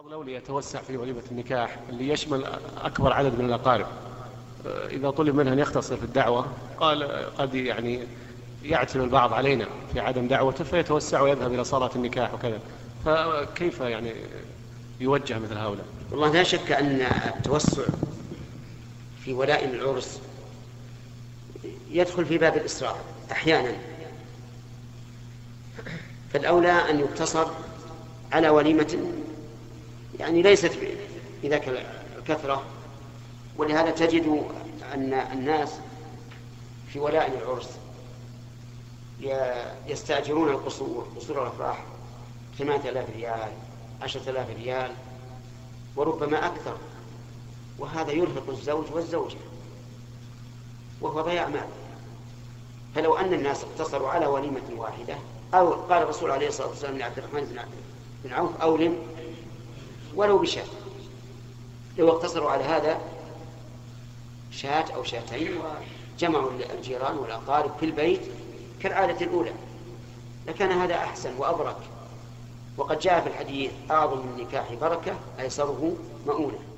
بعض الأولياء يتوسع في وليمة النكاح اللي يشمل أكبر عدد من الأقارب. إذا طلب منه أن يختصر في الدعوة قال قد يعتم البعض علينا في عدم دعوته فيتوسع ويذهب إلى صلاة النكاح وكذا. فكيف يوجه مثل هؤلاء؟ والله لا شك أن التوسع في ولائم العرس يدخل في باب الإسراف أحيانا، فالأولى أن يقتصر على وليمة ليست بذاك الكثرة. ولهذا تجد أن الناس في ولائم العرس يستأجرون قصور الأفراح 8,000 ريال 10,000 ريال وربما أكثر، وهذا يرهق الزوج والزوجة وهو ضياع مال. فلو أن الناس اقتصروا على وليمة واحدة، أو قال الرسول عليه الصلاة والسلام لعبد الرحمن بن عوف أولم ولو بشاة، لو اقتصروا على هذا شاة أو شاتين وجمعوا الجيران والأقارب في البيت كالعادة الأولى لكان هذا أحسن وأبرك. وقد جاء في الحديث أعظم النكاح بركة أيسره مؤونة.